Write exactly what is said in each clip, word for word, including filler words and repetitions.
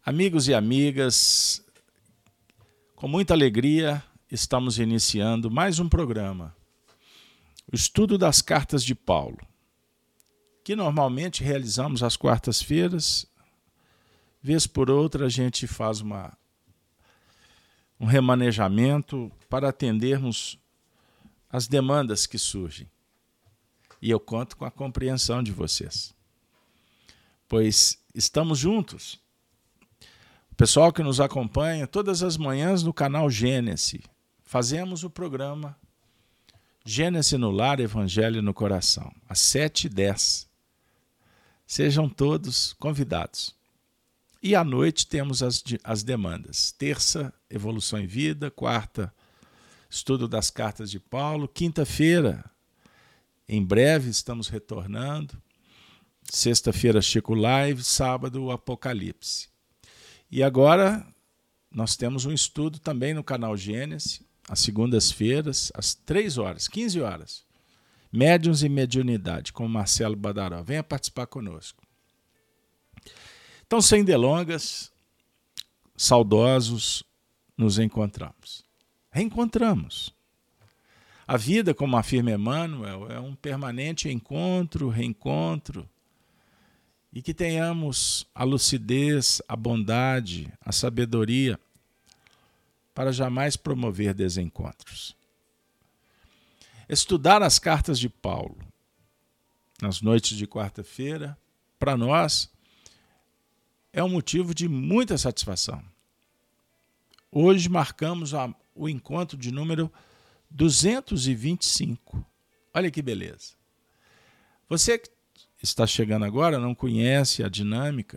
Amigos e amigas, com muita alegria estamos iniciando mais um programa, o estudo das cartas de Paulo, que normalmente realizamos às quartas-feiras. Vez por outra a gente faz uma, um remanejamento para atendermos as demandas que surgem. E eu conto com a compreensão de vocês, pois estamos juntos. O pessoal que nos acompanha todas as manhãs no canal Gênesis, fazemos o programa Gênesis no Lar, Evangelho no Coração, às sete e dez. Sejam todos convidados. E à noite temos as, as demandas. Terça, Evolução em Vida. Quarta, Estudo das Cartas de Paulo. Quinta-feira, em breve, estamos retornando. Sexta-feira, Chico Live. Sábado, o Apocalipse. E agora nós temos um estudo também no canal Gênesis, às segundas-feiras, às três horas, quinze horas. Médiuns e Mediunidade, com Marcelo Badaró. Venha participar conosco. Então, sem delongas, saudosos, nos encontramos. Reencontramos. A vida, como afirma Emmanuel, é um permanente encontro, reencontro, e que tenhamos a lucidez, a bondade, a sabedoria para jamais promover desencontros. Estudar as cartas de Paulo nas noites de quarta-feira, para nós, é um motivo de muita satisfação. Hoje marcamos a, o encontro de número duzentos e vinte e cinco. Olha que beleza. Você que está chegando agora, não conhece a dinâmica,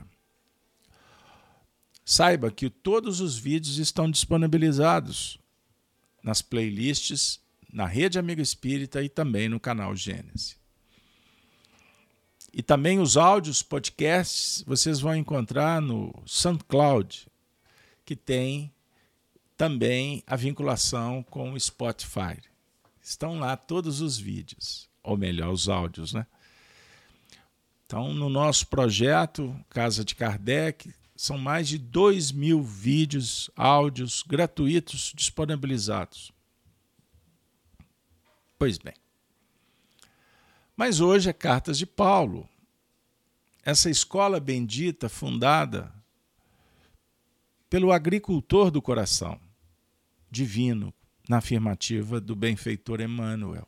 saiba que todos os vídeos estão disponibilizados nas playlists, na Rede Amigo Espírita e também no canal Gênesis. E também os áudios, podcasts, vocês vão encontrar no SoundCloud, que tem também a vinculação com o Spotify. Estão lá todos os vídeos, ou melhor, os áudios, né? Então, no nosso projeto Casa de Kardec, são mais de dois mil vídeos, áudios gratuitos disponibilizados. Pois bem. Mas hoje é Cartas de Paulo, essa escola bendita fundada pelo agricultor do coração, divino, na afirmativa do benfeitor Emmanuel.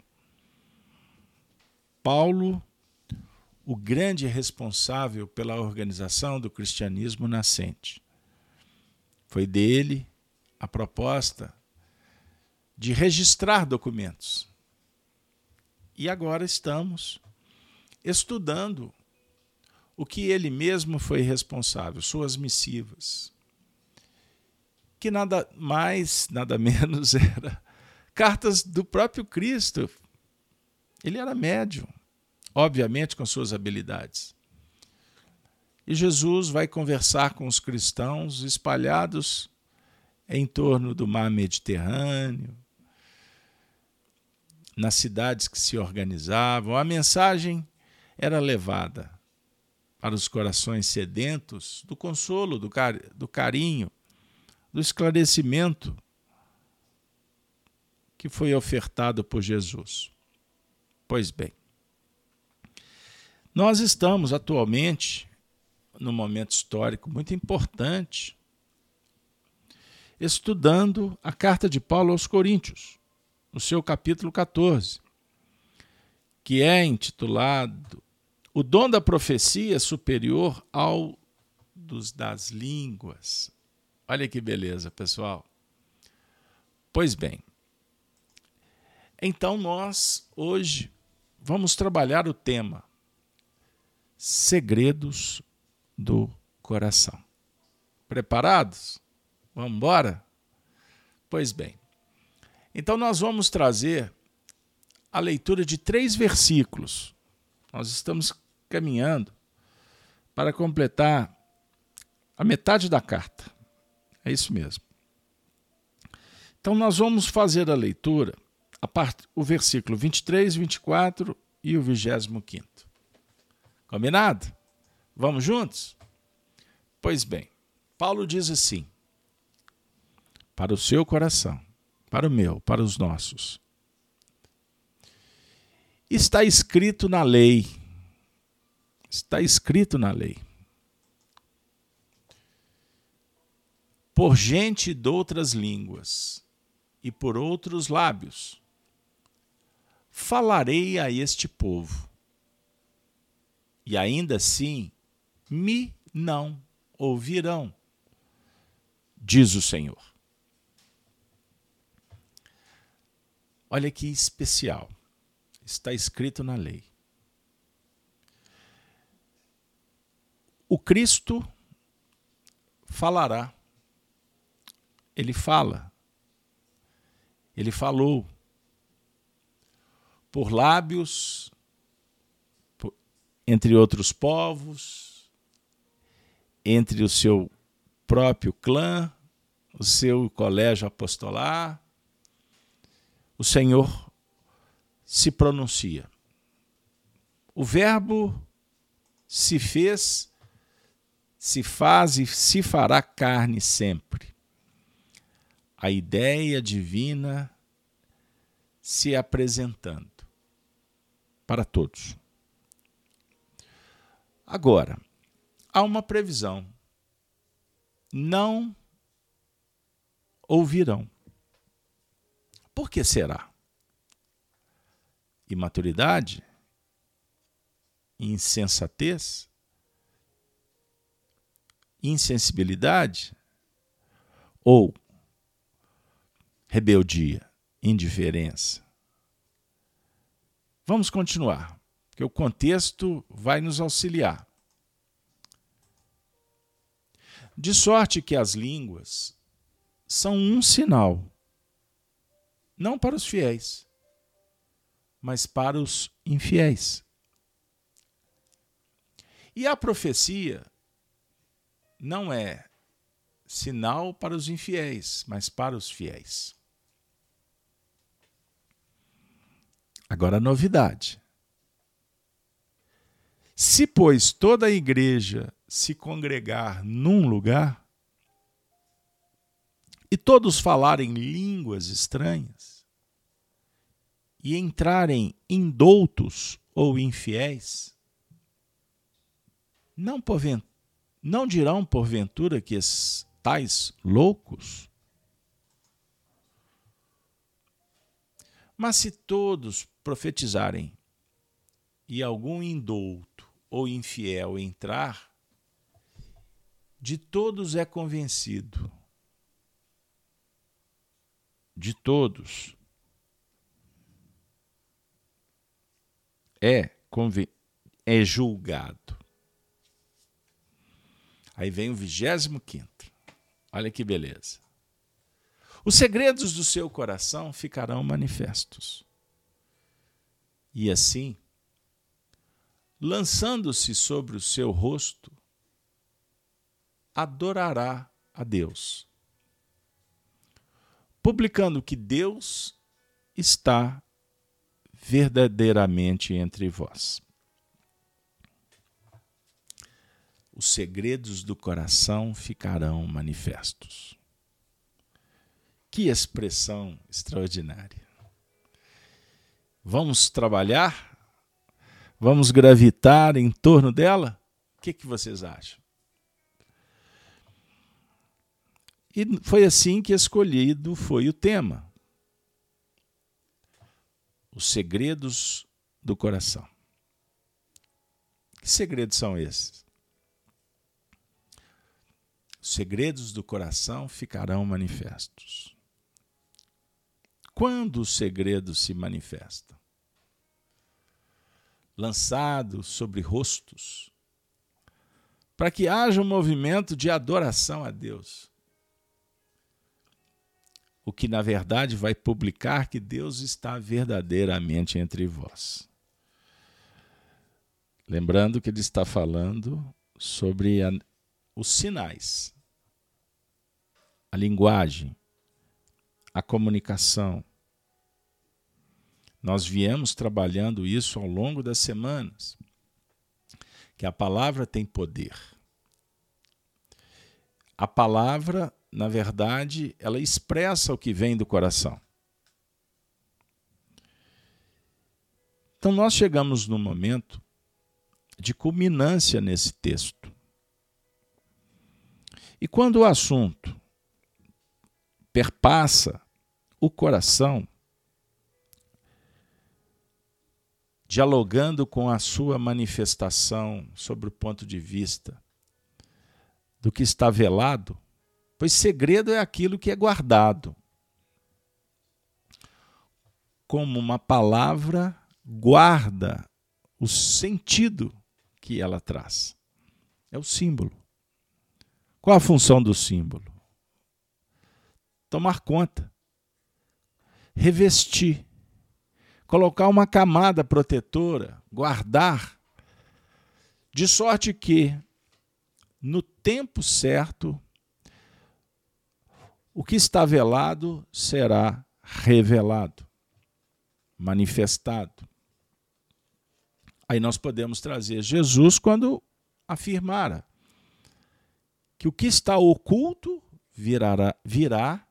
Paulo, o grande responsável pela organização do cristianismo nascente. Foi dele a proposta de registrar documentos. E agora estamos estudando o que ele mesmo foi responsável, suas missivas, que nada mais, nada menos era cartas do próprio Cristo. Ele era médium, obviamente com suas habilidades. E Jesus vai conversar com os cristãos espalhados em torno do mar Mediterrâneo, nas cidades que se organizavam. A mensagem era levada para os corações sedentos do consolo, do, car- do carinho, do esclarecimento que foi ofertado por Jesus. Pois bem, nós estamos atualmente num momento histórico muito importante, estudando a carta de Paulo aos Coríntios, no seu capítulo catorze, que é intitulado O Dom da Profecia Superior ao dos das Línguas. Olha que beleza, pessoal. Pois bem, então nós hoje vamos trabalhar o tema Segredos do Coração. Preparados? Vamos embora? Pois bem, então nós vamos trazer a leitura de três versículos. Nós estamos caminhando para completar a metade da carta. É isso mesmo. Então nós vamos fazer a leitura, a parte, o versículo vinte e três, vinte e quatro e o vigésimo quinto. Combinado? Vamos juntos? Pois bem, Paulo diz assim, para o seu coração, para o meu, para os nossos. Está escrito na lei, está escrito na lei. Por gente de outras línguas e por outros lábios, falarei a este povo, e ainda assim me não ouvirão, diz o Senhor. Olha que especial, está escrito na lei. O Cristo falará. Ele fala, ele falou, por lábios, por, entre outros povos, entre o seu próprio clã, o seu colégio apostolar, o Senhor se pronuncia. O verbo se fez, se faz e se fará carne sempre. A ideia divina se apresentando para todos. Agora, há uma previsão. Não ouvirão. Por que será? Imaturidade? Insensatez? Insensibilidade? Ou rebeldia, indiferença? Vamos continuar, porque o contexto vai nos auxiliar. De sorte que as línguas são um sinal, não para os fiéis, mas para os infiéis. E a profecia não é sinal para os infiéis, mas para os fiéis. Agora a novidade. Se, pois, toda a igreja se congregar num lugar e todos falarem línguas estranhas e entrarem indoutos ou infiéis, não, porven- não dirão porventura que estáis loucos? Mas se todos profetizarem e algum indouto ou infiel entrar, de todos é convencido. De todos é, conven- é julgado. Aí vem o vigésimo quinto. Olha que beleza. Os segredos do seu coração ficarão manifestos. E assim, lançando-se sobre o seu rosto, adorará a Deus, publicando que Deus está verdadeiramente entre vós. Os segredos do coração ficarão manifestos. Que expressão extraordinária. Vamos trabalhar? Vamos gravitar em torno dela? O que, que vocês acham? E foi assim que escolhido foi o tema. Os segredos do coração. Que segredos são esses? Os segredos do coração ficarão manifestos. Quando os segredos se manifestam? Lançados sobre rostos, para que haja um movimento de adoração a Deus. O que, na verdade, vai publicar que Deus está verdadeiramente entre vós. Lembrando que ele está falando sobre a, os sinais, a linguagem, a comunicação. Nós viemos trabalhando isso ao longo das semanas, que a palavra tem poder. A palavra, na verdade, ela expressa o que vem do coração. Então, nós chegamos num momento de culminância nesse texto. E quando o assunto perpassa o coração, dialogando com a sua manifestação sobre o ponto de vista do que está velado, pois segredo é aquilo que é guardado. Como uma palavra guarda o sentido que ela traz. É o símbolo. Qual a função do símbolo? Tomar conta, revestir, colocar uma camada protetora, guardar, de sorte que, no tempo certo, o que está velado será revelado, manifestado. Aí nós podemos trazer Jesus quando afirmara que o que está oculto virará, virá,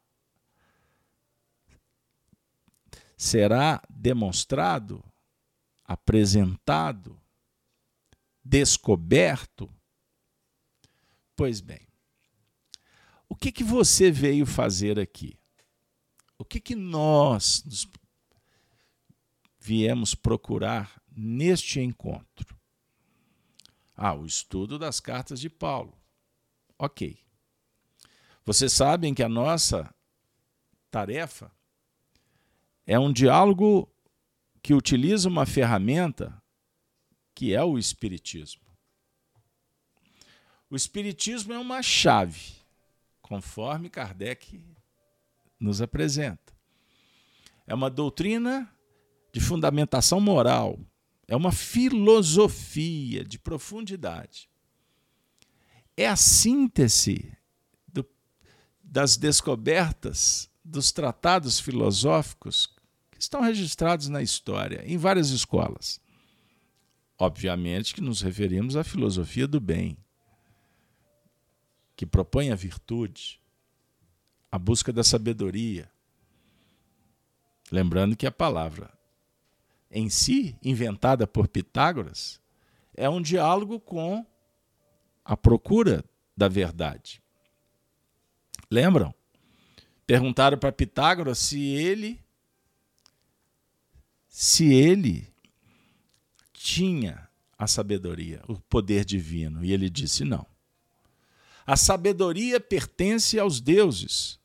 será demonstrado, apresentado, descoberto. Pois bem, o que, que você veio fazer aqui? O que, que nós nos viemos procurar neste encontro? Ah, o estudo das cartas de Paulo. Ok. Vocês sabem que a nossa tarefa é um diálogo que utiliza uma ferramenta que é o Espiritismo. O Espiritismo é uma chave, conforme Kardec nos apresenta. É uma doutrina de fundamentação moral, é uma filosofia de profundidade. É a síntese do, das descobertas dos tratados filosóficos que estão registrados na história, em várias escolas. Obviamente que nos referimos à filosofia do bem, que propõe a virtude, a busca da sabedoria. Lembrando que a palavra em si, inventada por Pitágoras, é um diálogo com a procura da verdade. Lembram? Perguntaram para Pitágoras se ele, se ele tinha a sabedoria, o poder divino, e ele disse não. A sabedoria pertence aos deuses,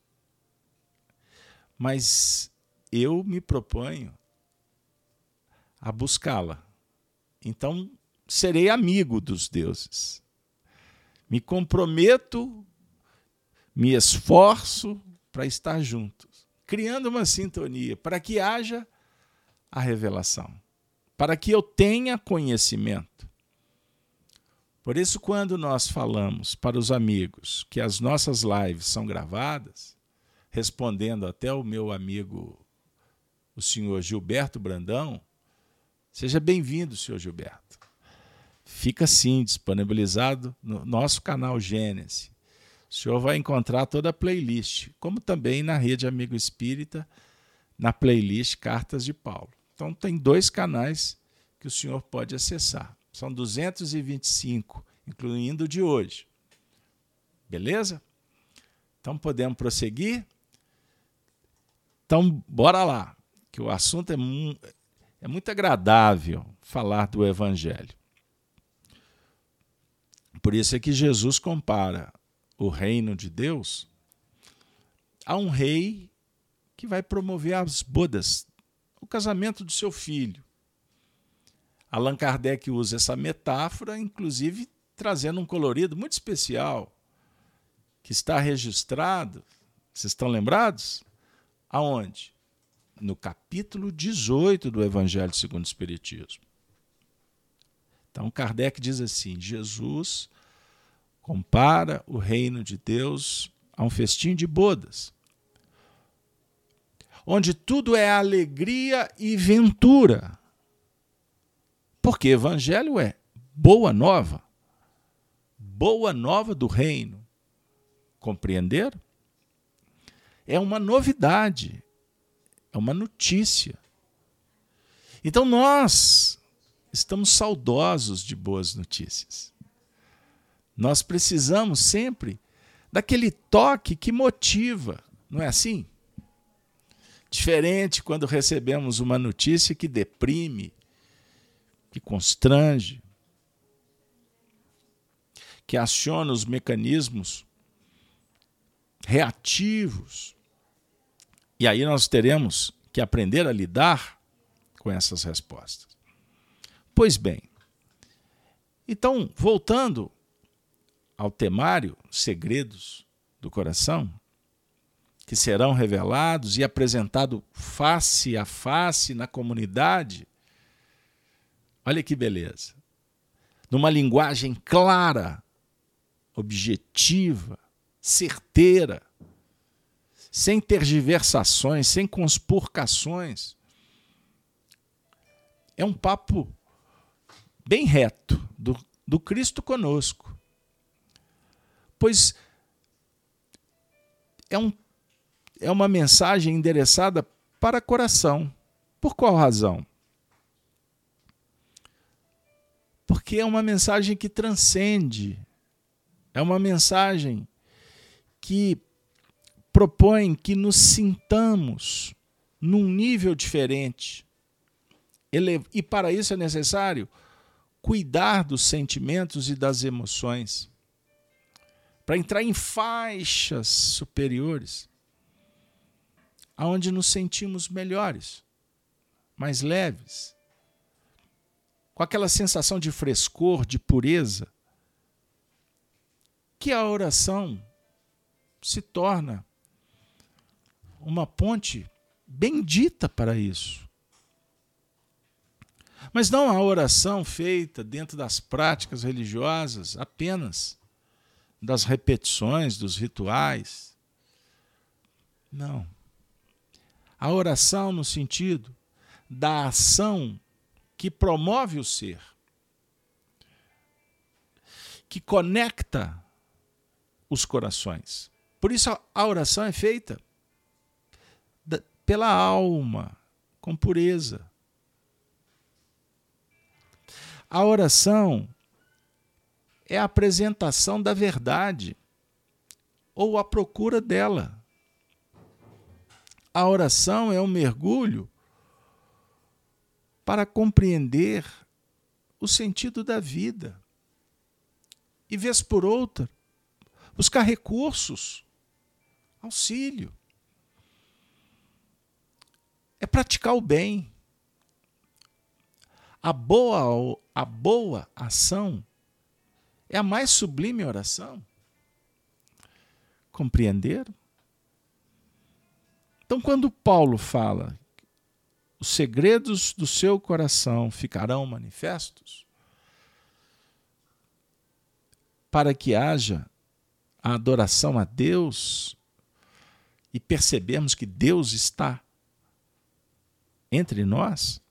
mas eu me proponho a buscá-la. Então, serei amigo dos deuses. Me comprometo, me esforço para estar juntos, criando uma sintonia, para que haja a revelação, para que eu tenha conhecimento. Por isso, quando nós falamos para os amigos que as nossas lives são gravadas, respondendo até o meu amigo, o senhor Gilberto Brandão, seja bem-vindo, senhor Gilberto. Fica, sim, disponibilizado no nosso canal Gênesis. O senhor vai encontrar toda a playlist, como também na Rede Amigo Espírita, na playlist Cartas de Paulo. Então, tem dois canais que o senhor pode acessar. São duzentos e vinte e cinco, incluindo o de hoje. Beleza? Então, podemos prosseguir? Então, bora lá, que o assunto é, mu- é muito agradável falar do Evangelho. Por isso é que Jesus compara o reino de Deus a um rei que vai promover as bodas, o casamento do seu filho. Allan Kardec usa essa metáfora, inclusive trazendo um colorido muito especial, que está registrado, vocês estão lembrados? Aonde? No capítulo dezoito do Evangelho segundo o Espiritismo. Então, Kardec diz assim, Jesus compara o reino de Deus a um festim de bodas, onde tudo é alegria e ventura. Porque Evangelho é boa nova, boa nova do reino. Compreender? É uma novidade, é uma notícia. Então nós estamos saudosos de boas notícias. Nós precisamos sempre daquele toque que motiva, não é assim? Diferente quando recebemos uma notícia que deprime, que constrange, que aciona os mecanismos reativos. E aí nós teremos que aprender a lidar com essas respostas. Pois bem, então, voltando ao temário Segredos do Coração, que serão revelados e apresentados face a face na comunidade, olha que beleza. Numa linguagem clara, objetiva, certeira, sem tergiversações, sem conspurcações. É um papo bem reto do, do Cristo conosco. Pois é, um, é uma mensagem endereçada para coração. Por qual razão? Porque é uma mensagem que transcende, é uma mensagem que propõe que nos sintamos num nível diferente. E para isso é necessário cuidar dos sentimentos e das emoções, para entrar em faixas superiores, aonde nos sentimos melhores, mais leves, com aquela sensação de frescor, de pureza, que a oração se torna uma ponte bendita para isso. Mas não a oração feita dentro das práticas religiosas apenas, das repetições, dos rituais. Não. A oração no sentido da ação que promove o ser, que conecta os corações. Por isso a oração é feita pela alma, com pureza. A oração é a apresentação da verdade ou a procura dela. A oração é um mergulho para compreender o sentido da vida e, vez por outra, buscar recursos, auxílio. É praticar o bem. A boa, a boa ação é a mais sublime oração. Compreender? Então, quando Paulo fala, os segredos do seu coração ficarão manifestos, para que haja a adoração a Deus e percebemos que Deus está entre nós,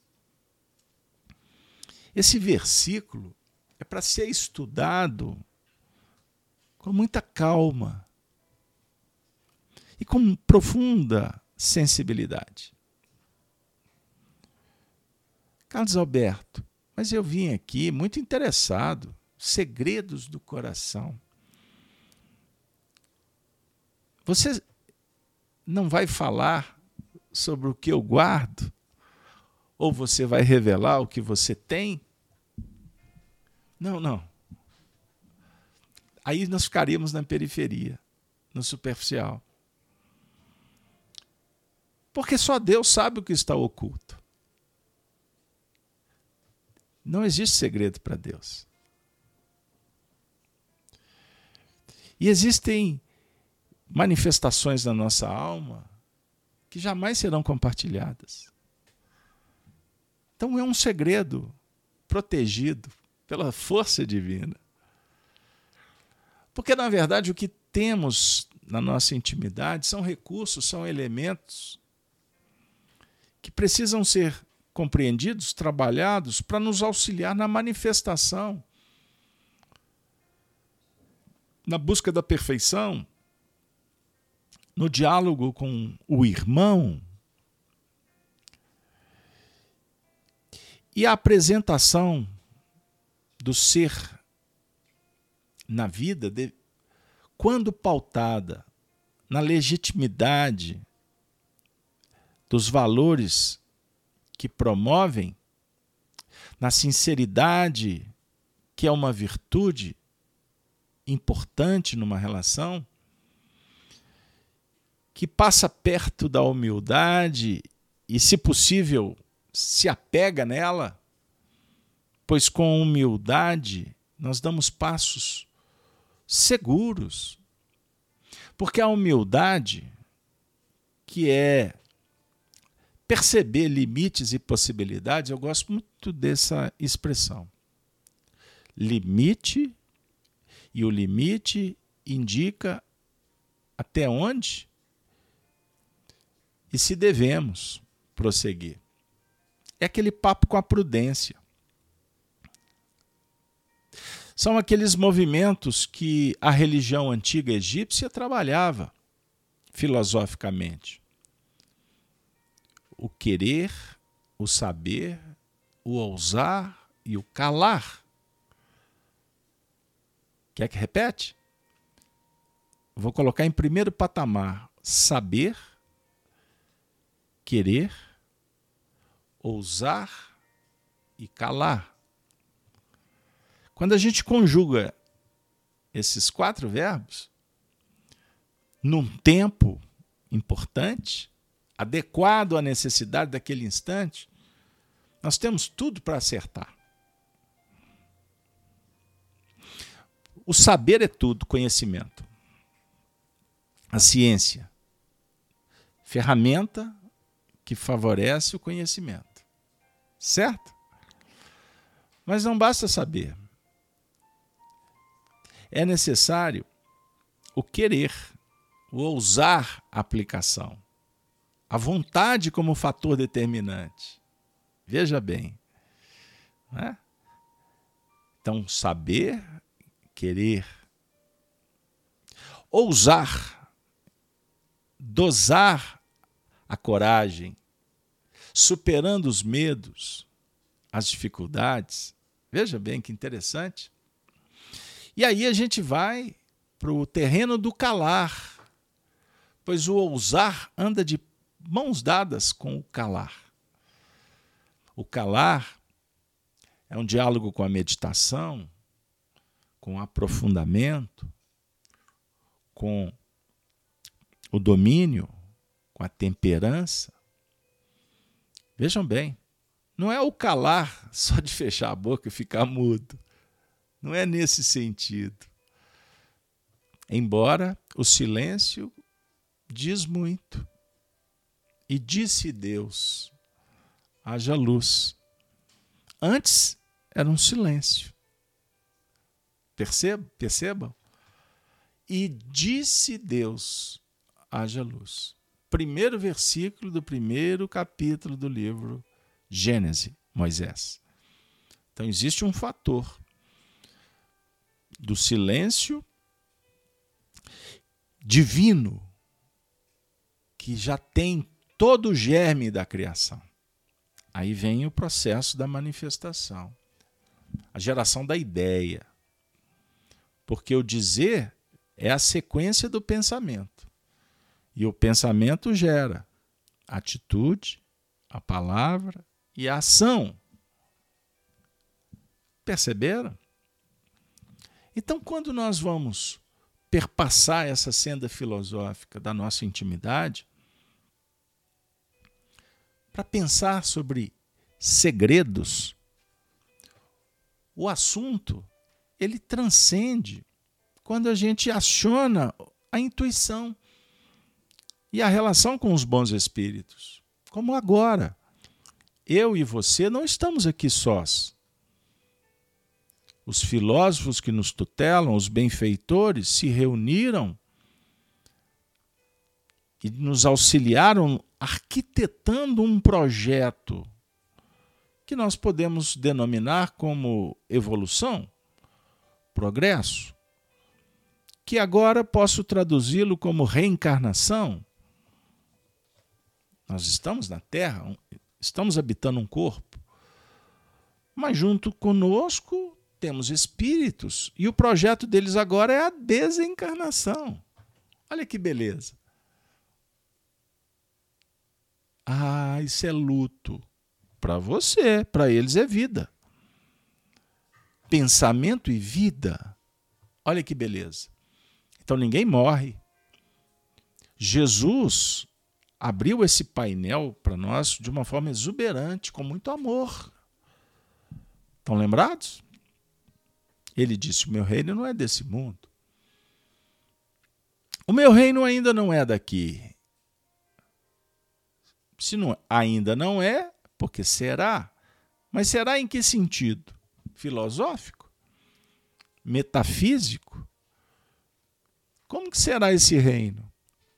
esse versículo é para ser estudado com muita calma e com profunda sensibilidade. Carlos Alberto, mas eu vim aqui muito interessado, segredos do coração. Você não vai falar sobre o que eu guardo? Ou você vai revelar o que você tem? Não, não. Aí nós ficaríamos na periferia, no superficial. Porque só Deus sabe o que está oculto. Não existe segredo para Deus. E existem manifestações da nossa alma que jamais serão compartilhadas. Então é um segredo protegido pela força divina. Porque, na verdade, o que temos na nossa intimidade são recursos, são elementos que precisam ser compreendidos, trabalhados, para nos auxiliar na manifestação na busca da perfeição, no diálogo com o irmão, e a apresentação do ser na vida, de, quando pautada na legitimidade dos valores que promovem, na sinceridade, que é uma virtude importante numa relação, que passa perto da humildade e, se possível, se apega nela, pois com humildade nós damos passos seguros. Porque a humildade, que é perceber limites e possibilidades, eu gosto muito dessa expressão. Limite, e o limite indica até onde e se devemos prosseguir. É aquele papo com a prudência. São aqueles movimentos que a religião antiga egípcia trabalhava filosoficamente. O querer, o saber, o ousar e o calar. Quer que repete? Vou colocar em primeiro patamar: saber, querer, ousar e calar. Quando a gente conjuga esses quatro verbos num tempo importante, adequado à necessidade daquele instante, nós temos tudo para acertar. O saber é tudo, conhecimento. A ciência, ferramenta que favorece o conhecimento. Certo? Mas não basta saber. É necessário o querer, o ousar a aplicação. A vontade como fator determinante. Veja bem. Né? Então, saber, querer, ousar, dosar a coragem, superando os medos, as dificuldades. Veja bem que interessante. E aí a gente vai para o terreno do calar, pois o ousar anda de mãos dadas com o calar. O calar é um diálogo com a meditação, com o aprofundamento, com o domínio, com a temperança. Vejam bem, não é o calar só de fechar a boca e ficar mudo. Não é nesse sentido. Embora o silêncio diz muito. E disse Deus, haja luz. Antes era um silêncio. Perceba, percebam? E disse Deus, haja luz. Primeiro versículo do primeiro capítulo do livro Gênesis, Moisés. Então existe um fator do silêncio divino que já tem todo o germe da criação. Aí vem o processo da manifestação, a geração da ideia. Porque o dizer é a sequência do pensamento. E o pensamento gera a atitude, a palavra e a ação. Perceberam? Então, quando nós vamos perpassar essa senda filosófica da nossa intimidade, para pensar sobre segredos, o assunto ele transcende quando a gente aciona a intuição e a relação com os bons espíritos. Como agora, eu e você não estamos aqui sós. Os filósofos que nos tutelam, os benfeitores, se reuniram e nos auxiliaram arquitetando um projeto que nós podemos denominar como evolução, progresso, que agora posso traduzi-lo como reencarnação. Nós estamos na Terra, estamos habitando um corpo, mas junto conosco temos espíritos, e o projeto deles agora é a desencarnação. Olha que beleza. Ah, isso é luto. Para você, para eles é vida. Pensamento e vida. Olha que beleza. Então ninguém morre. Jesus abriu esse painel para nós de uma forma exuberante, com muito amor. Estão lembrados? Ele disse: o meu reino não é desse mundo. O meu reino ainda não é daqui. Se não, ainda não é, porque será. Mas será em que sentido? Filosófico? Metafísico? Como que será esse reino?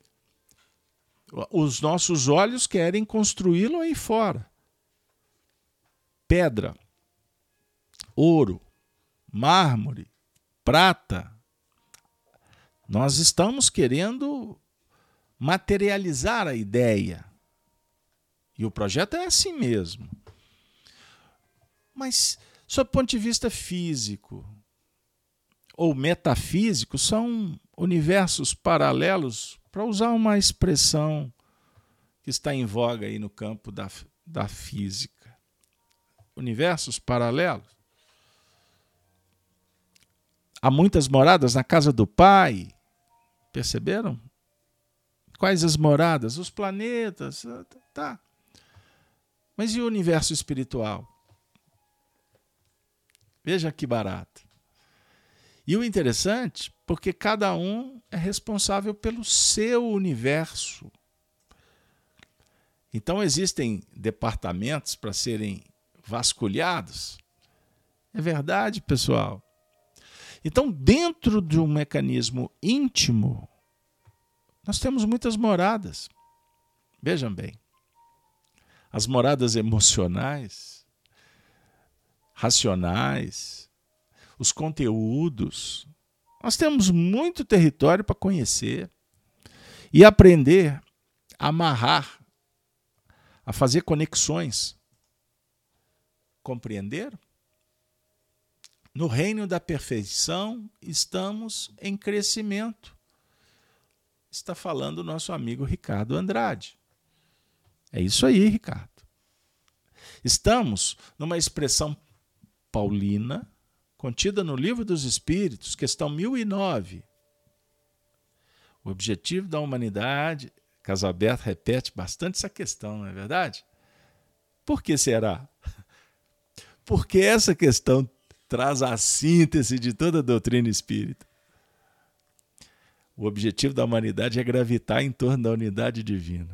Os nossos olhos querem construí-lo aí fora. Pedra, ouro, mármore, prata. Nós estamos querendo materializar a ideia. E o projeto é assim mesmo. Mas, sob o ponto de vista físico ou metafísico, são universos paralelos, para usar uma expressão que está em voga aí no campo da, da física. Universos paralelos. Há muitas moradas na casa do Pai. Perceberam? Quais as moradas? Os planetas. Tá. Mas e o universo espiritual? Veja que barato. E o interessante, porque cada um é responsável pelo seu universo. Então existem departamentos para serem vasculhados. É verdade, pessoal. Então, dentro de um mecanismo íntimo, nós temos muitas moradas. Vejam bem. As moradas emocionais, racionais, os conteúdos. Nós temos muito território para conhecer e aprender a amarrar, a fazer conexões. Compreenderam? No reino da perfeição estamos em crescimento. Está falando o nosso amigo Ricardo Andrade. É isso aí, Ricardo. Estamos numa expressão paulina, contida no Livro dos Espíritos, questão mil e nove. O objetivo da humanidade, Casalberto repete bastante essa questão, não é verdade? Por que será? Porque essa questão traz a síntese de toda a doutrina espírita. O objetivo da humanidade é gravitar em torno da unidade divina.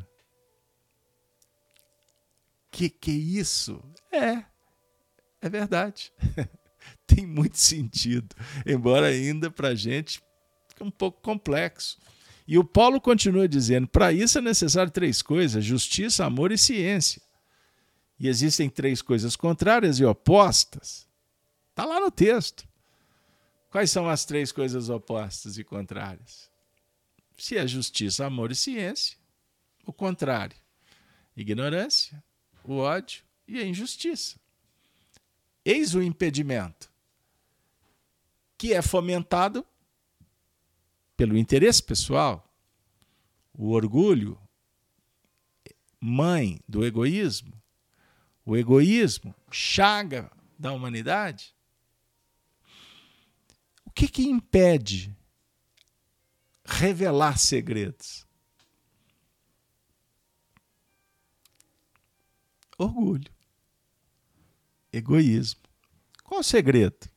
Que que é isso? É, é verdade. Tem muito sentido, embora ainda para a gente fique um pouco complexo. E o Paulo continua dizendo, para isso é necessário três coisas, justiça, amor e ciência. E existem três coisas contrárias e opostas. Está lá no texto. Quais são as três coisas opostas e contrárias? Se é justiça, amor e ciência, o contrário, ignorância, o ódio e a injustiça. Eis o impedimento, que é fomentado pelo interesse pessoal, o orgulho, mãe do egoísmo, o egoísmo, chaga da humanidade. O que que impede revelar segredos? Orgulho, egoísmo. Qual o segredo?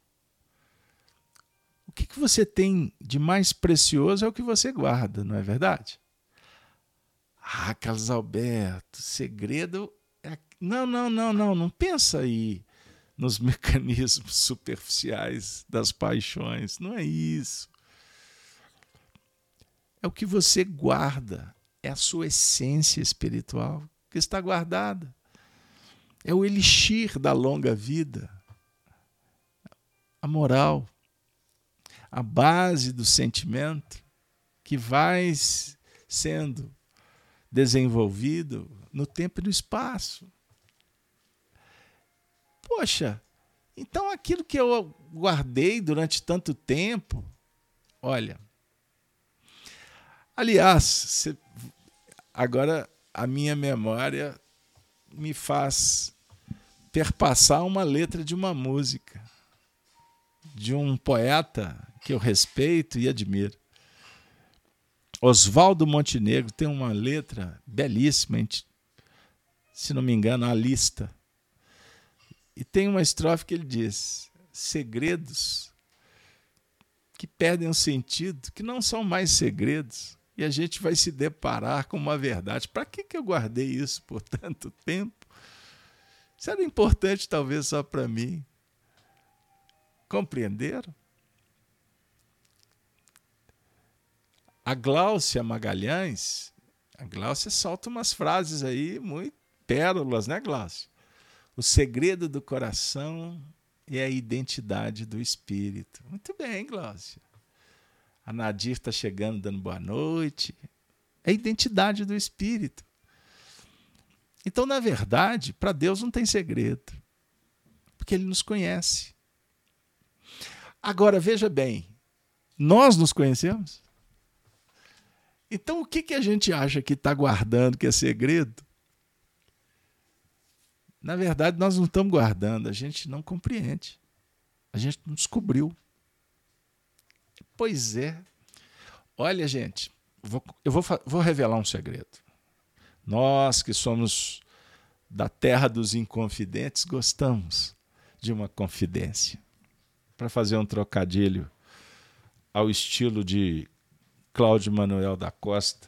O que que você tem de mais precioso é o que você guarda, não é verdade? Ah, Carlos Alberto, segredo é... Não, não, não, não, não pensa aí nos mecanismos superficiais das paixões, não é isso. É o que você guarda, é a sua essência espiritual que está guardada. É o elixir da longa vida, a moral, a base do sentimento que vai sendo desenvolvido no tempo e no espaço. Poxa, então aquilo que eu guardei durante tanto tempo, olha, aliás, cê, agora a minha memória me faz perpassar uma letra de uma música, de um poeta que eu respeito e admiro. Oswaldo Montenegro tem uma letra belíssima, se não me engano, A Lista. E tem uma estrofe que ele diz: segredos que perdem o sentido, que não são mais segredos, e a gente vai se deparar com uma verdade. Para que que eu guardei isso por tanto tempo? Isso era importante talvez só para mim. Compreenderam? A Gláucia Magalhães, a Gláucia solta umas frases aí, muito pérolas, né, Gláucia? O segredo do coração é a identidade do espírito. Muito bem, Gláucia. A Nadir está chegando, dando boa noite. É a identidade do espírito. Então, na verdade, para Deus não tem segredo, porque Ele nos conhece. Agora, veja bem, nós nos conhecemos? Então, o que, que a gente acha que está guardando, que é segredo? Na verdade, nós não estamos guardando, a gente não compreende. A gente não descobriu. Pois é. Olha, gente, vou, eu vou, vou revelar um segredo. Nós que somos da terra dos inconfidentes, gostamos de uma confidência. Para fazer um trocadilho ao estilo de Cláudio Manuel da Costa,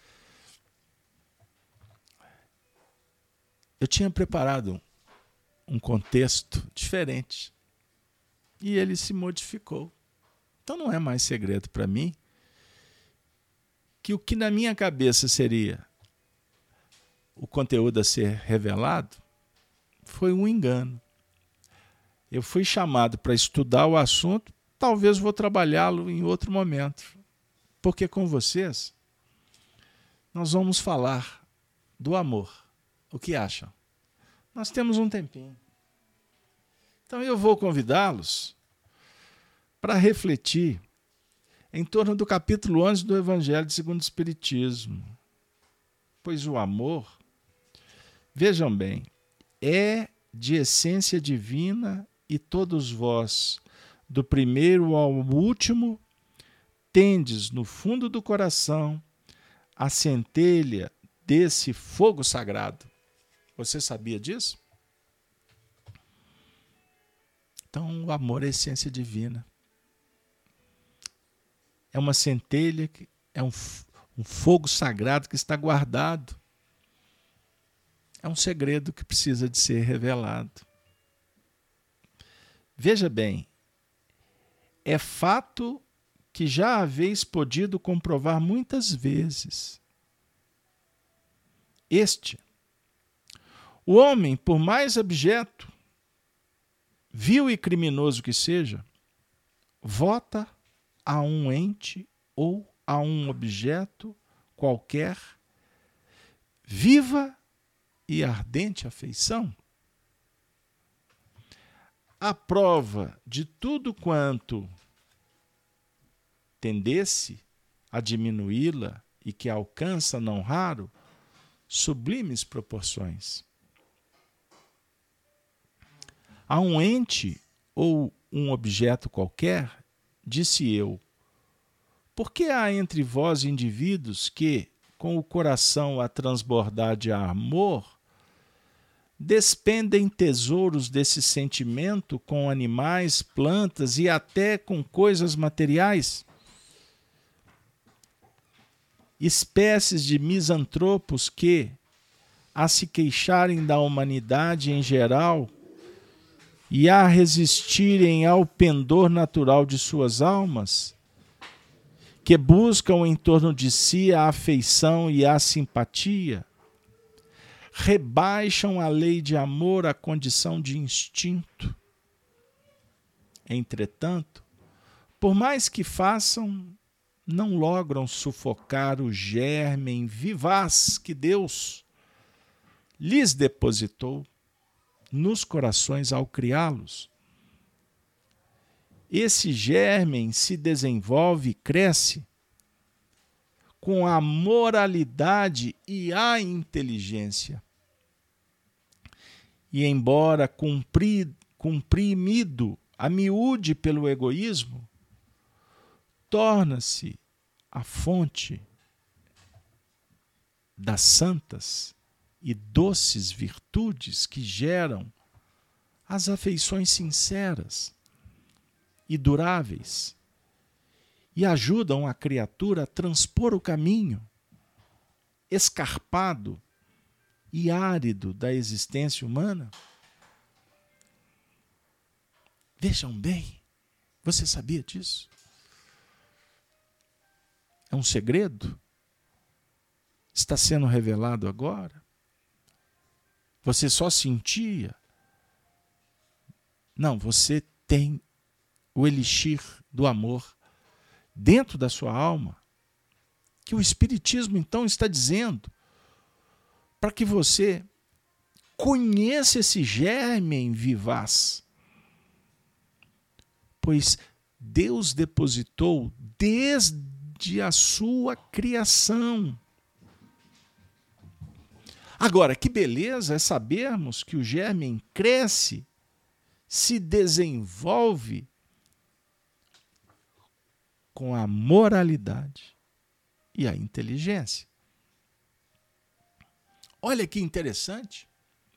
eu tinha preparado um contexto diferente e ele se modificou. Então não é mais segredo para mim que o que na minha cabeça seria o conteúdo a ser revelado foi um engano. Eu fui chamado para estudar o assunto, talvez vou trabalhá-lo em outro momento. Porque com vocês, nós vamos falar do amor. O que acham? Nós temos um tempinho. Então eu vou convidá-los para refletir em torno do capítulo onze do Evangelho segundo o Espiritismo. Pois o amor, vejam bem, é de essência divina e todos vós, do primeiro ao último, tendes no fundo do coração a centelha desse fogo sagrado. Você sabia disso? Então, o amor é essência divina. É uma centelha, é um, um fogo sagrado que está guardado. É um segredo que precisa de ser revelado. Veja bem, é fato que já haveis podido comprovar muitas vezes. Este, o homem, por mais abjeto, vil e criminoso que seja, vota a um ente ou a um objeto qualquer, viva e ardente afeição. A prova de tudo quanto tendesse a diminuí-la e que alcança, não raro, sublimes proporções. A um ente ou um objeto qualquer, disse eu, por que há entre vós indivíduos que, com o coração a transbordar de amor, despendem tesouros desse sentimento com animais, plantas e até com coisas materiais? Espécies de misantropos que, a se queixarem da humanidade em geral e a resistirem ao pendor natural de suas almas, que buscam em torno de si a afeição e a simpatia, rebaixam a lei de amor à condição de instinto. Entretanto, por mais que façam, não logram sufocar o germe vivaz que Deus lhes depositou nos corações ao criá-los. Esse germe se desenvolve e cresce com a moralidade e a inteligência. E embora cumpri, comprimido a miúde pelo egoísmo, torna-se a fonte das santas e doces virtudes que geram as afeições sinceras e duráveis e ajudam a criatura a transpor o caminho escarpado e árido da existência humana. Vejam bem, você sabia disso? É um segredo? Está sendo revelado agora? Você só sentia? Não, você tem o elixir do amor dentro da sua alma, que o Espiritismo então está dizendo, para que você conheça esse germe vivaz. Pois Deus depositou desde a sua criação. Agora, que beleza é sabermos que o germe cresce, se desenvolve com a moralidade e a inteligência. Olha que interessante.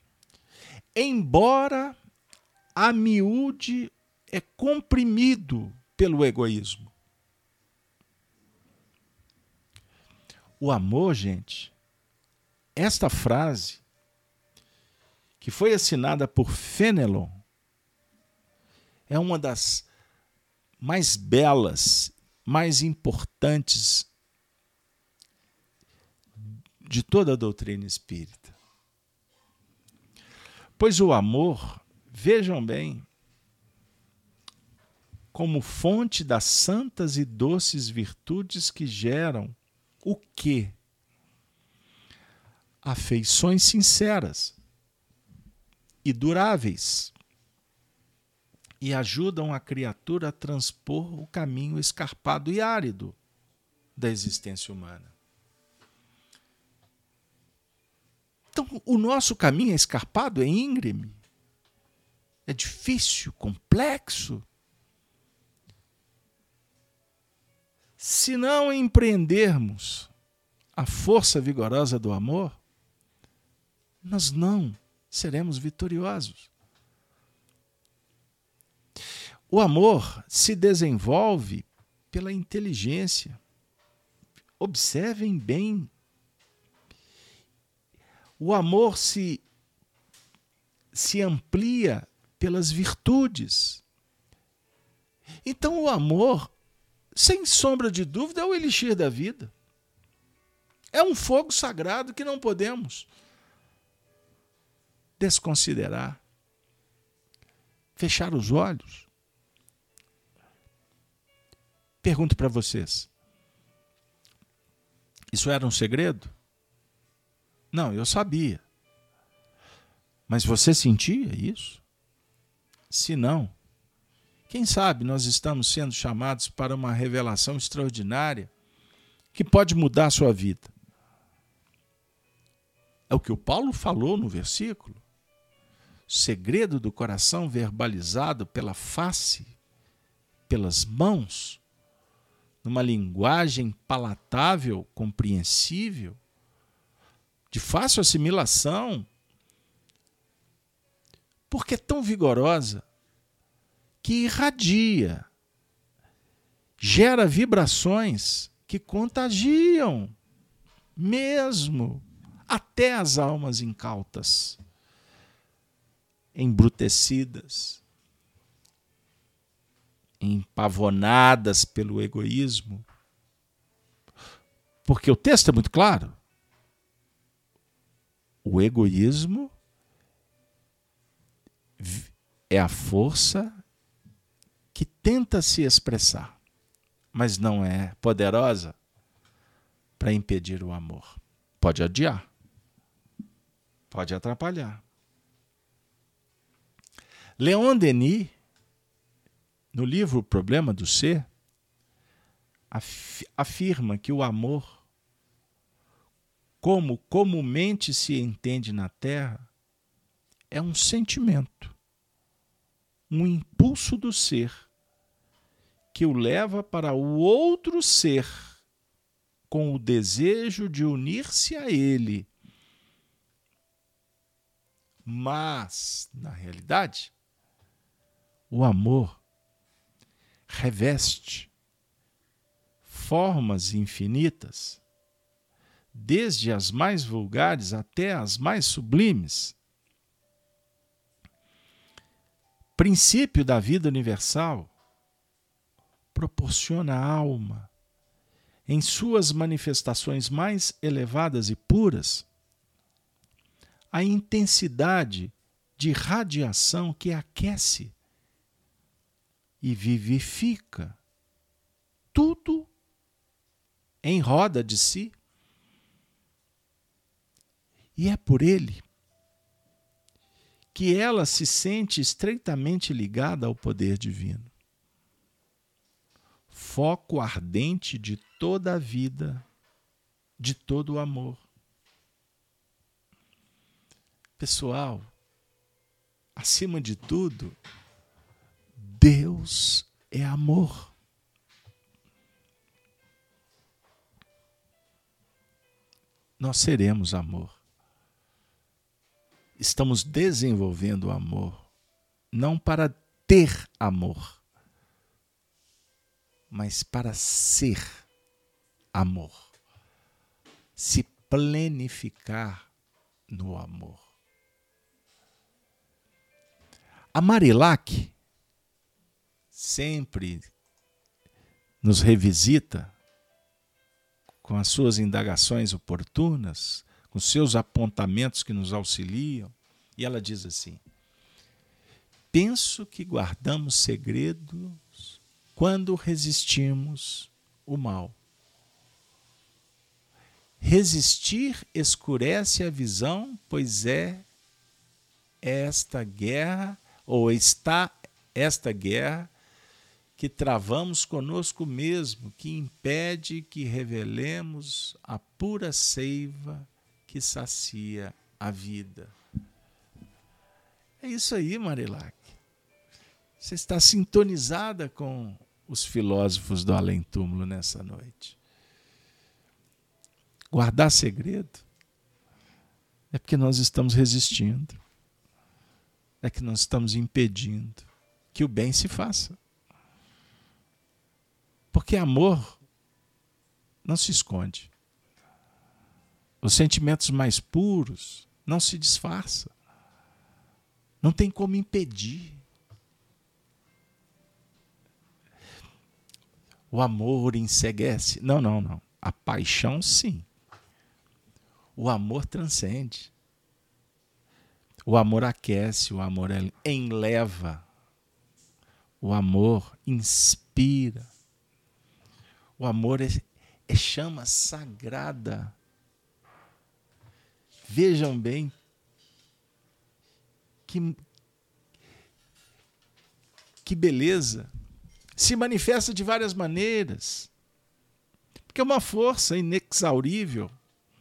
Embora a miúde é comprimido pelo egoísmo. O amor, gente, esta frase, que foi assinada por Fenelon, é uma das mais belas, mais importantes de toda a doutrina espírita. Pois o amor, vejam bem, como fonte das santas e doces virtudes que geram o quê? Afeições sinceras e duráveis e ajudam a criatura a transpor o caminho escarpado e árido da existência humana. Então, o nosso caminho é escarpado, é íngreme, é difícil, complexo. Se não empreendermos a força vigorosa do amor, nós não seremos vitoriosos. O amor se desenvolve pela inteligência. Observem bem. O amor se, se amplia pelas virtudes. Então, o amor, sem sombra de dúvida, é o elixir da vida. É um fogo sagrado que não podemos desconsiderar, fechar os olhos. Pergunto para vocês, isso era um segredo? Não, eu sabia. Mas você sentia isso? Se não, quem sabe nós estamos sendo chamados para uma revelação extraordinária que pode mudar a sua vida. É o que o Paulo falou no versículo. Segredo do coração verbalizado pela face, pelas mãos, numa linguagem palatável, compreensível, de fácil assimilação, porque é tão vigorosa que irradia, gera vibrações que contagiam mesmo até as almas incautas, embrutecidas, empavonadas pelo egoísmo. Porque o texto é muito claro. O egoísmo é a força que tenta se expressar. mas não é poderosa para impedir o amor. Pode adiar, pode atrapalhar. Leon Denis, no livro O Problema do Ser, af- afirma que o amor, como comumente se entende na Terra, é um sentimento, um impulso do ser que o leva para o outro ser com o desejo de unir-se a ele. Mas, na realidade, o amor reveste formas infinitas, desde as mais vulgares até as mais sublimes. Princípio da vida universal, proporciona à alma, em suas manifestações mais elevadas e puras, a intensidade de radiação que aquece e vivifica tudo em roda de si. E é por ele que ela se sente estreitamente ligada ao poder divino, foco ardente de toda a vida, de todo o amor. Pessoal, acima de tudo, Deus é amor. Nós seremos amor. Estamos desenvolvendo o amor, não para ter amor, mas para ser amor. Se plenificar no amor. A Marilac sempre nos revisita com as suas indagações oportunas, com seus apontamentos que nos auxiliam, e ela diz assim: penso que guardamos segredos quando resistimos o mal. Resistir escurece a visão, pois é esta guerra, ou está esta guerra, que travamos conosco mesmo, que impede que revelemos a pura seiva que sacia a vida. É isso aí, Marilac. Você está sintonizada com os filósofos do além-túmulo nessa noite. Guardar segredo é porque nós estamos resistindo. É que nós estamos impedindo que o bem se faça. Porque amor não se esconde. Os sentimentos mais puros não se disfarçam. Não tem como impedir. O amor enceguece. Não, não, não. A paixão, sim. O amor transcende. O amor aquece, o amor enleva. O amor inspira. O amor é, é chama sagrada. Vejam bem que, que beleza. Se manifesta de várias maneiras. Porque é uma força inexaurível.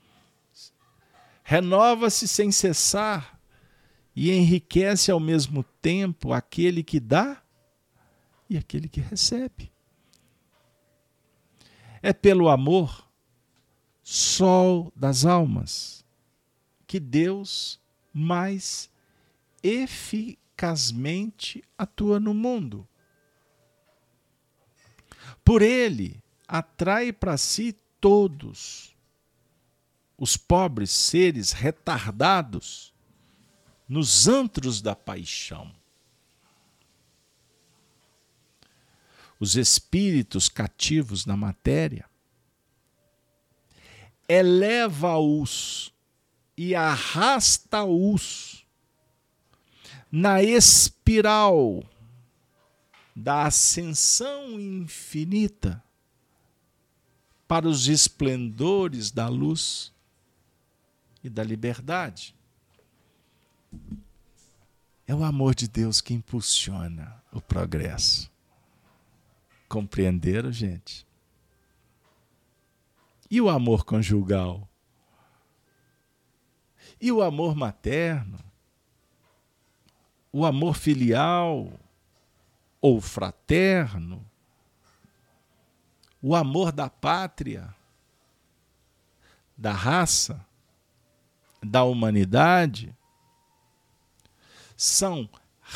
Renova-se sem cessar e enriquece ao mesmo tempo aquele que dá e aquele que recebe. É pelo amor, sol das almas, que Deus mais eficazmente atua no mundo. Por ele, atrai para si todos os pobres seres retardados nos antros da paixão. Os espíritos cativos na matéria, eleva-os e arrasta-os na espiral da ascensão infinita para os esplendores da luz e da liberdade. É o amor de Deus que impulsiona o progresso. Compreenderam, gente? E o amor conjugal? E o amor materno? O amor filial ou fraterno? O amor da pátria, da raça, da humanidade? São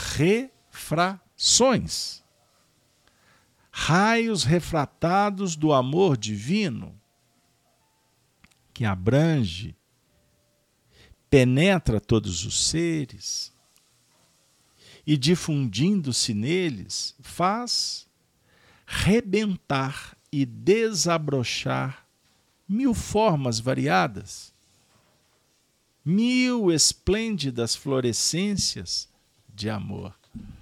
refrações, raios refratados do amor divino, que abrange, penetra todos os seres e, difundindo-se neles, faz rebentar e desabrochar mil formas variadas, mil esplêndidas florescências de amor.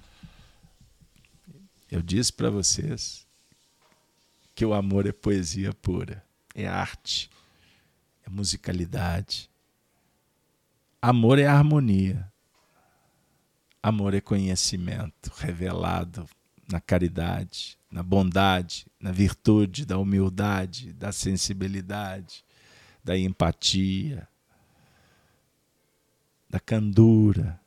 Eu disse para vocês que o amor é poesia pura, é arte, é musicalidade. Amor é harmonia. Amor é conhecimento revelado na caridade, na bondade, na virtude, da humildade, da sensibilidade, da empatia, da candura.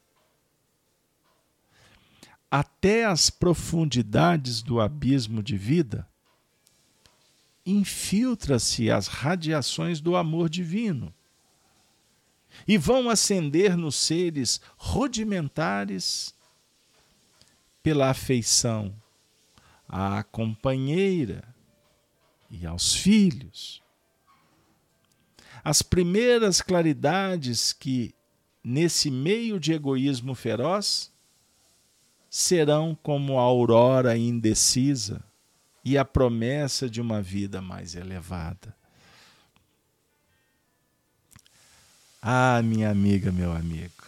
Até as profundidades do abismo de vida, infiltra-se as radiações do amor divino e vão acender nos seres rudimentares pela afeição à companheira e aos filhos. As primeiras claridades que, nesse meio de egoísmo feroz, serão como a aurora indecisa e a promessa de uma vida mais elevada. Ah, minha amiga, meu amigo,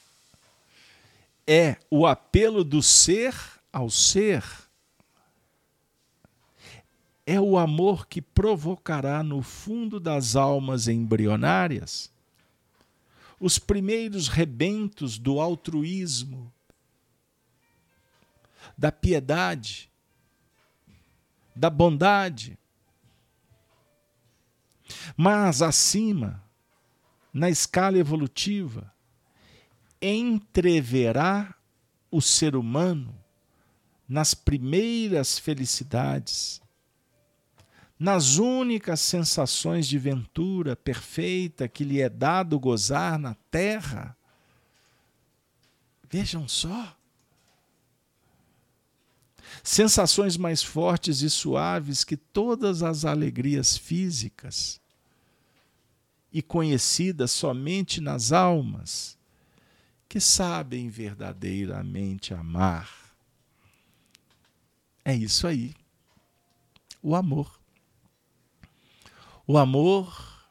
é o apelo do ser ao ser. É o amor que provocará no fundo das almas embrionárias os primeiros rebentos do altruísmo, da piedade, da bondade. Mas acima, na escala evolutiva, entreverá o ser humano nas primeiras felicidades, nas únicas sensações de ventura perfeita que lhe é dado gozar na terra. Vejam só. Sensações mais fortes e suaves que todas as alegrias físicas e conhecidas somente nas almas que sabem verdadeiramente amar. É isso aí, o amor. O amor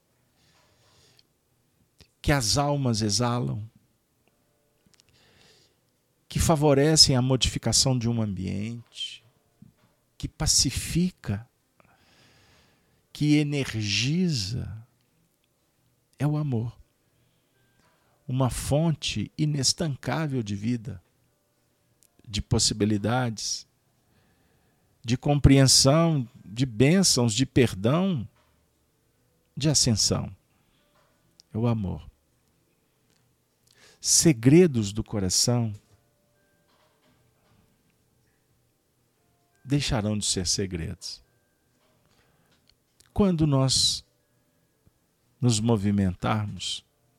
que as almas exalam, que favorecem a modificação de um ambiente, que pacifica, que energiza, é o amor. Uma fonte inestancável de vida, de possibilidades, de compreensão, de bênçãos, de perdão, de ascensão. É o amor. Segredos do coração deixarão de ser segredos quando nós nos movimentarmos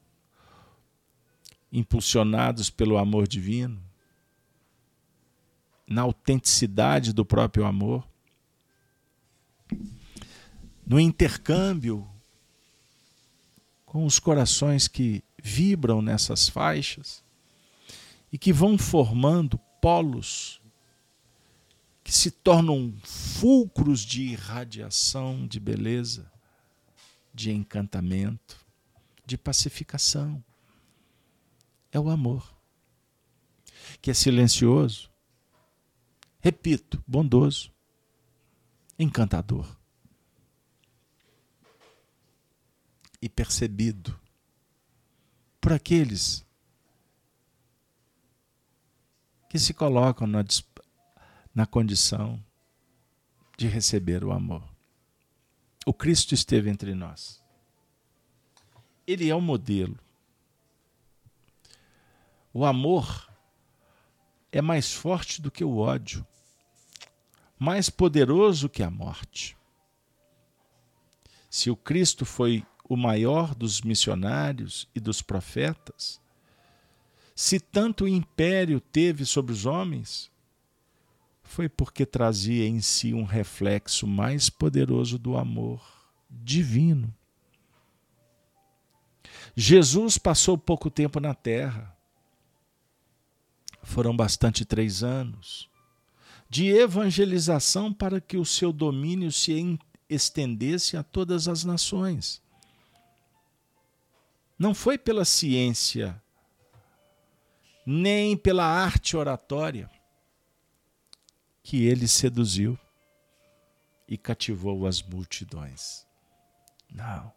impulsionados pelo amor divino, na autenticidade do próprio amor, no intercâmbio com os corações que vibram nessas faixas e que vão formando polos que se tornam fulcros de irradiação, de beleza, de encantamento, de pacificação. É o amor, que é silencioso, repito, bondoso, encantador. e percebido por aqueles que se colocam na, na condição de receber o amor. O Cristo esteve entre nós. Ele é o modelo. O amor é mais forte do que o ódio, mais poderoso que a morte. Se o Cristo foi o maior dos missionários e dos profetas, se tanto império teve sobre os homens, foi porque trazia em si um reflexo mais poderoso do amor divino. Jesus passou pouco tempo na terra. Foram bastante três anos de evangelização para que o seu domínio se estendesse a todas as nações. Não foi pela ciência, nem pela arte oratória que ele seduziu e cativou as multidões. Não.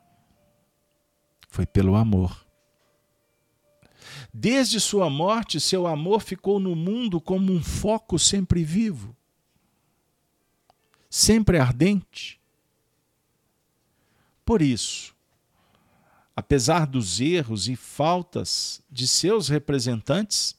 Foi pelo amor. Desde sua morte, seu amor ficou no mundo como um foco sempre vivo, sempre ardente. Por isso, apesar dos erros e faltas de seus representantes,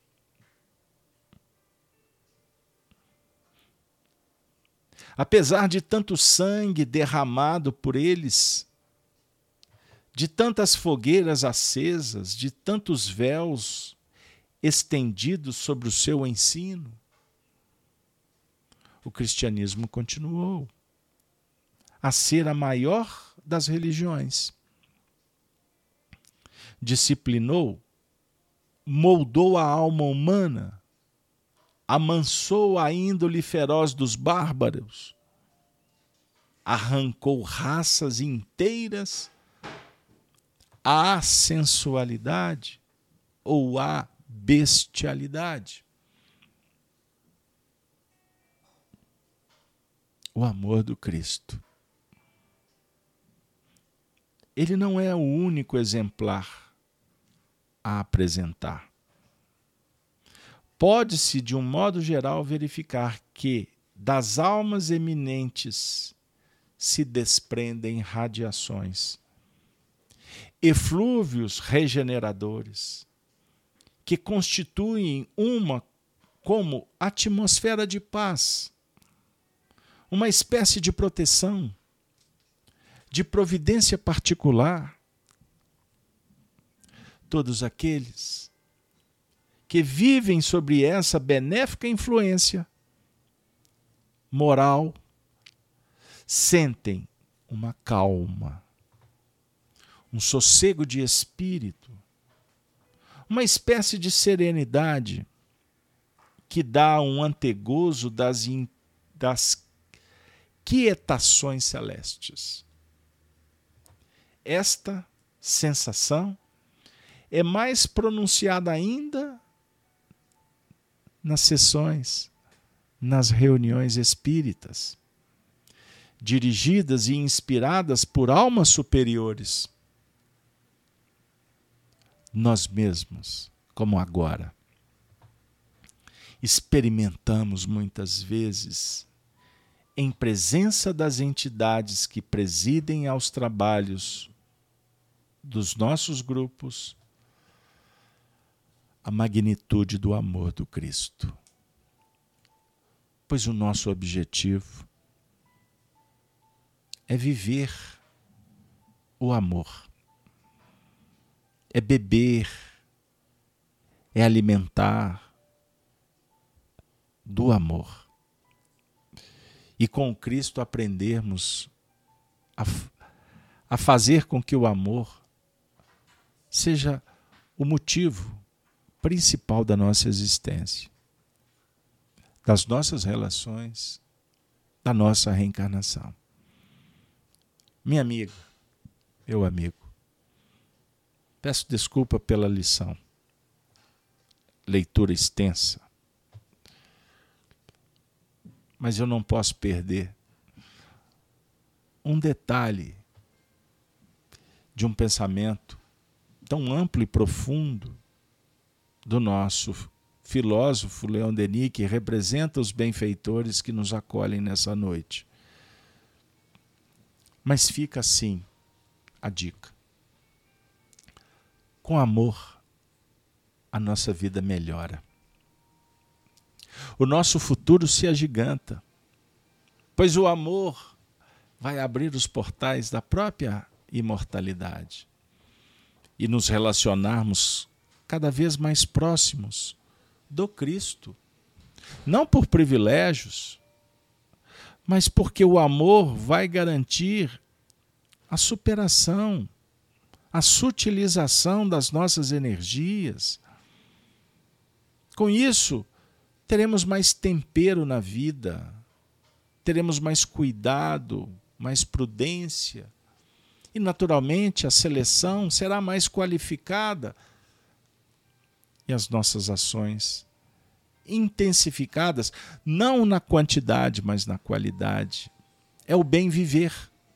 apesar de tanto sangue derramado por eles, de tantas fogueiras acesas, de tantos véus estendidos sobre o seu ensino, o cristianismo continuou a ser a maior das religiões. Disciplinou, moldou a alma humana, amansou a índole feroz dos bárbaros, arrancou raças inteiras à sensualidade ou à bestialidade. O amor do Cristo. Ele não é o único exemplar a apresentar. Pode-se, de um modo geral, verificar que das almas eminentes se desprendem radiações, eflúvios regeneradores, que constituem uma como atmosfera de paz, uma espécie de proteção, de providência particular. Todos aqueles que vivem sobre essa benéfica influência moral sentem uma calma, um sossego de espírito, uma espécie de serenidade que dá um antegozo das, in, das quietações celestes. Esta sensação é mais pronunciada ainda nas sessões, nas reuniões espíritas, dirigidas e inspiradas por almas superiores. Nós mesmos, como agora, experimentamos muitas vezes, em presença das entidades que presidem aos trabalhos dos nossos grupos, a magnitude do amor do Cristo. Pois o nosso objetivo é viver o amor, é beber, é alimentar do amor. E com Cristo aprendermos a, a fazer com que o amor seja o motivo principal da nossa existência, das nossas relações, da nossa reencarnação. Minha amiga, meu amigo, peço desculpa pela lição, leitura extensa, mas eu não posso perder um detalhe de um pensamento tão amplo e profundo do nosso filósofo Leon Denis, que representa os benfeitores que nos acolhem nessa noite. Mas fica assim a dica. Com amor, a nossa vida melhora. O nosso futuro se agiganta, pois o amor vai abrir os portais da própria imortalidade e nos relacionarmos cada vez mais próximos do Cristo. Não por privilégios, mas porque o amor vai garantir a superação, a sutilização das nossas energias. Com isso, teremos mais tempero na vida, teremos mais cuidado, mais prudência. E, naturalmente, a seleção será mais qualificada e as nossas ações intensificadas, não na quantidade, mas na qualidade. É o bem viver.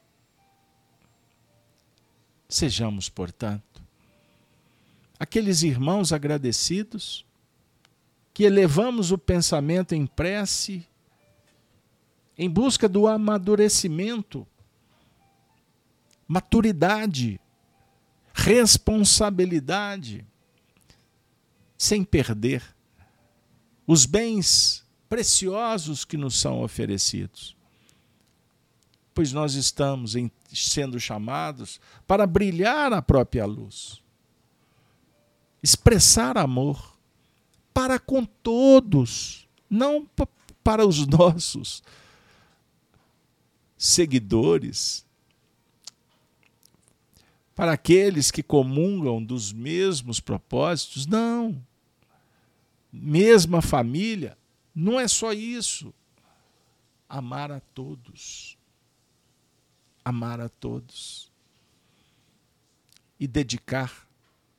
Sejamos, portanto, aqueles irmãos agradecidos que elevamos o pensamento em prece em busca do amadurecimento, maturidade, responsabilidade, sem perder os bens preciosos que nos são oferecidos. Pois nós estamos em, sendo chamados para brilhar a própria luz, expressar amor para com todos, não p- para os nossos seguidores, para aqueles que comungam dos mesmos propósitos, não. Mesma família, não é só isso. Amar a todos. Amar a todos. E dedicar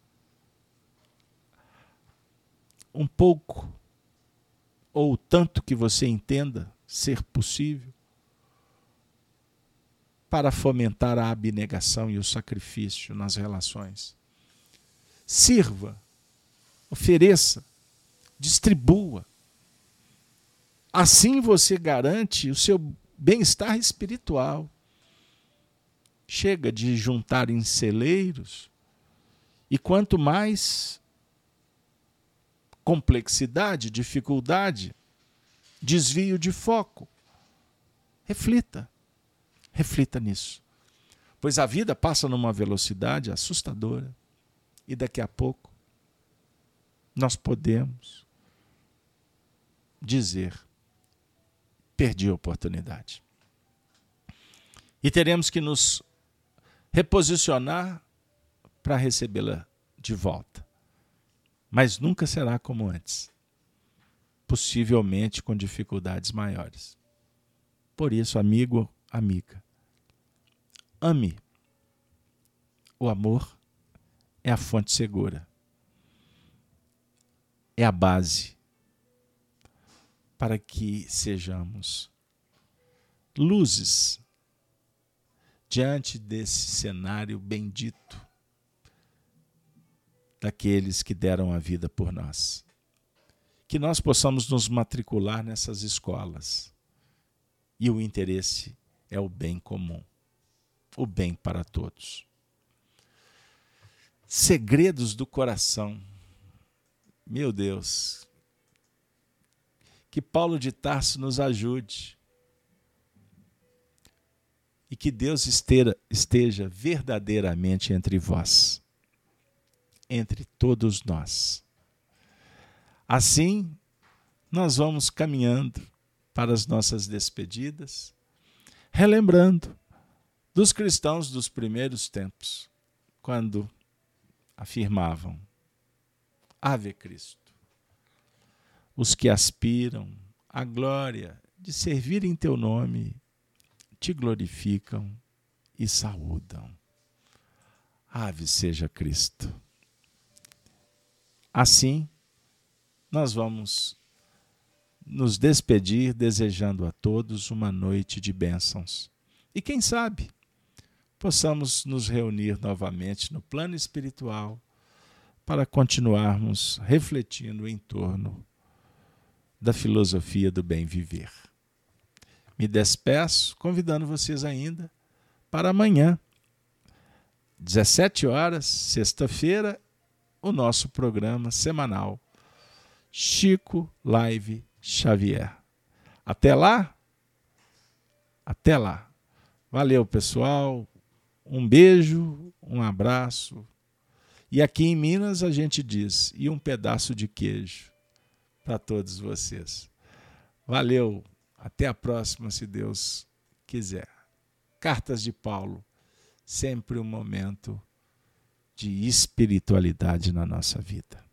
um pouco, ou tanto que você entenda ser possível, para fomentar a abnegação e o sacrifício nas relações. Sirva, ofereça, distribua. Assim você garante o seu bem-estar espiritual. Chega de juntar em celeiros, e quanto mais complexidade, dificuldade, desvio de foco. Reflita. Reflita nisso. Pois a vida passa numa velocidade assustadora. E daqui a pouco nós podemos dizer: perdi a oportunidade. E teremos que nos reposicionar para recebê-la de volta. Mas nunca será como antes. Possivelmente com dificuldades maiores. Por isso, amigo, amiga, ame. O amor é a fonte segura. É a base para que sejamos luzes diante desse cenário bendito daqueles que deram a vida por nós. Que nós possamos nos matricular nessas escolas. E o interesse é o bem comum, o bem para todos. Segredos do coração. Meu Deus, que Paulo de Tarso nos ajude. E que Deus esteja, esteja verdadeiramente entre vós, entre todos nós. Assim, nós vamos caminhando para as nossas despedidas, relembrando dos cristãos dos primeiros tempos, quando afirmavam: Ave Cristo. Os que aspiram à glória de servir em teu nome, te glorificam e saúdam. Ave seja Cristo. Assim, nós vamos nos despedir desejando a todos uma noite de bênçãos. E quem sabe, possamos nos reunir novamente no plano espiritual para continuarmos refletindo em torno da filosofia do bem viver. Me despeço, convidando vocês ainda para amanhã, dezessete horas, sexta-feira, o nosso programa semanal Chico Live Xavier. Até lá? Até lá. Valeu, pessoal. Um beijo, um abraço. E aqui em Minas a gente diz, e um pedaço de queijo para todos vocês. Valeu. Até a próxima, se Deus quiser. Cartas de Paulo. Sempre um momento de espiritualidade na nossa vida.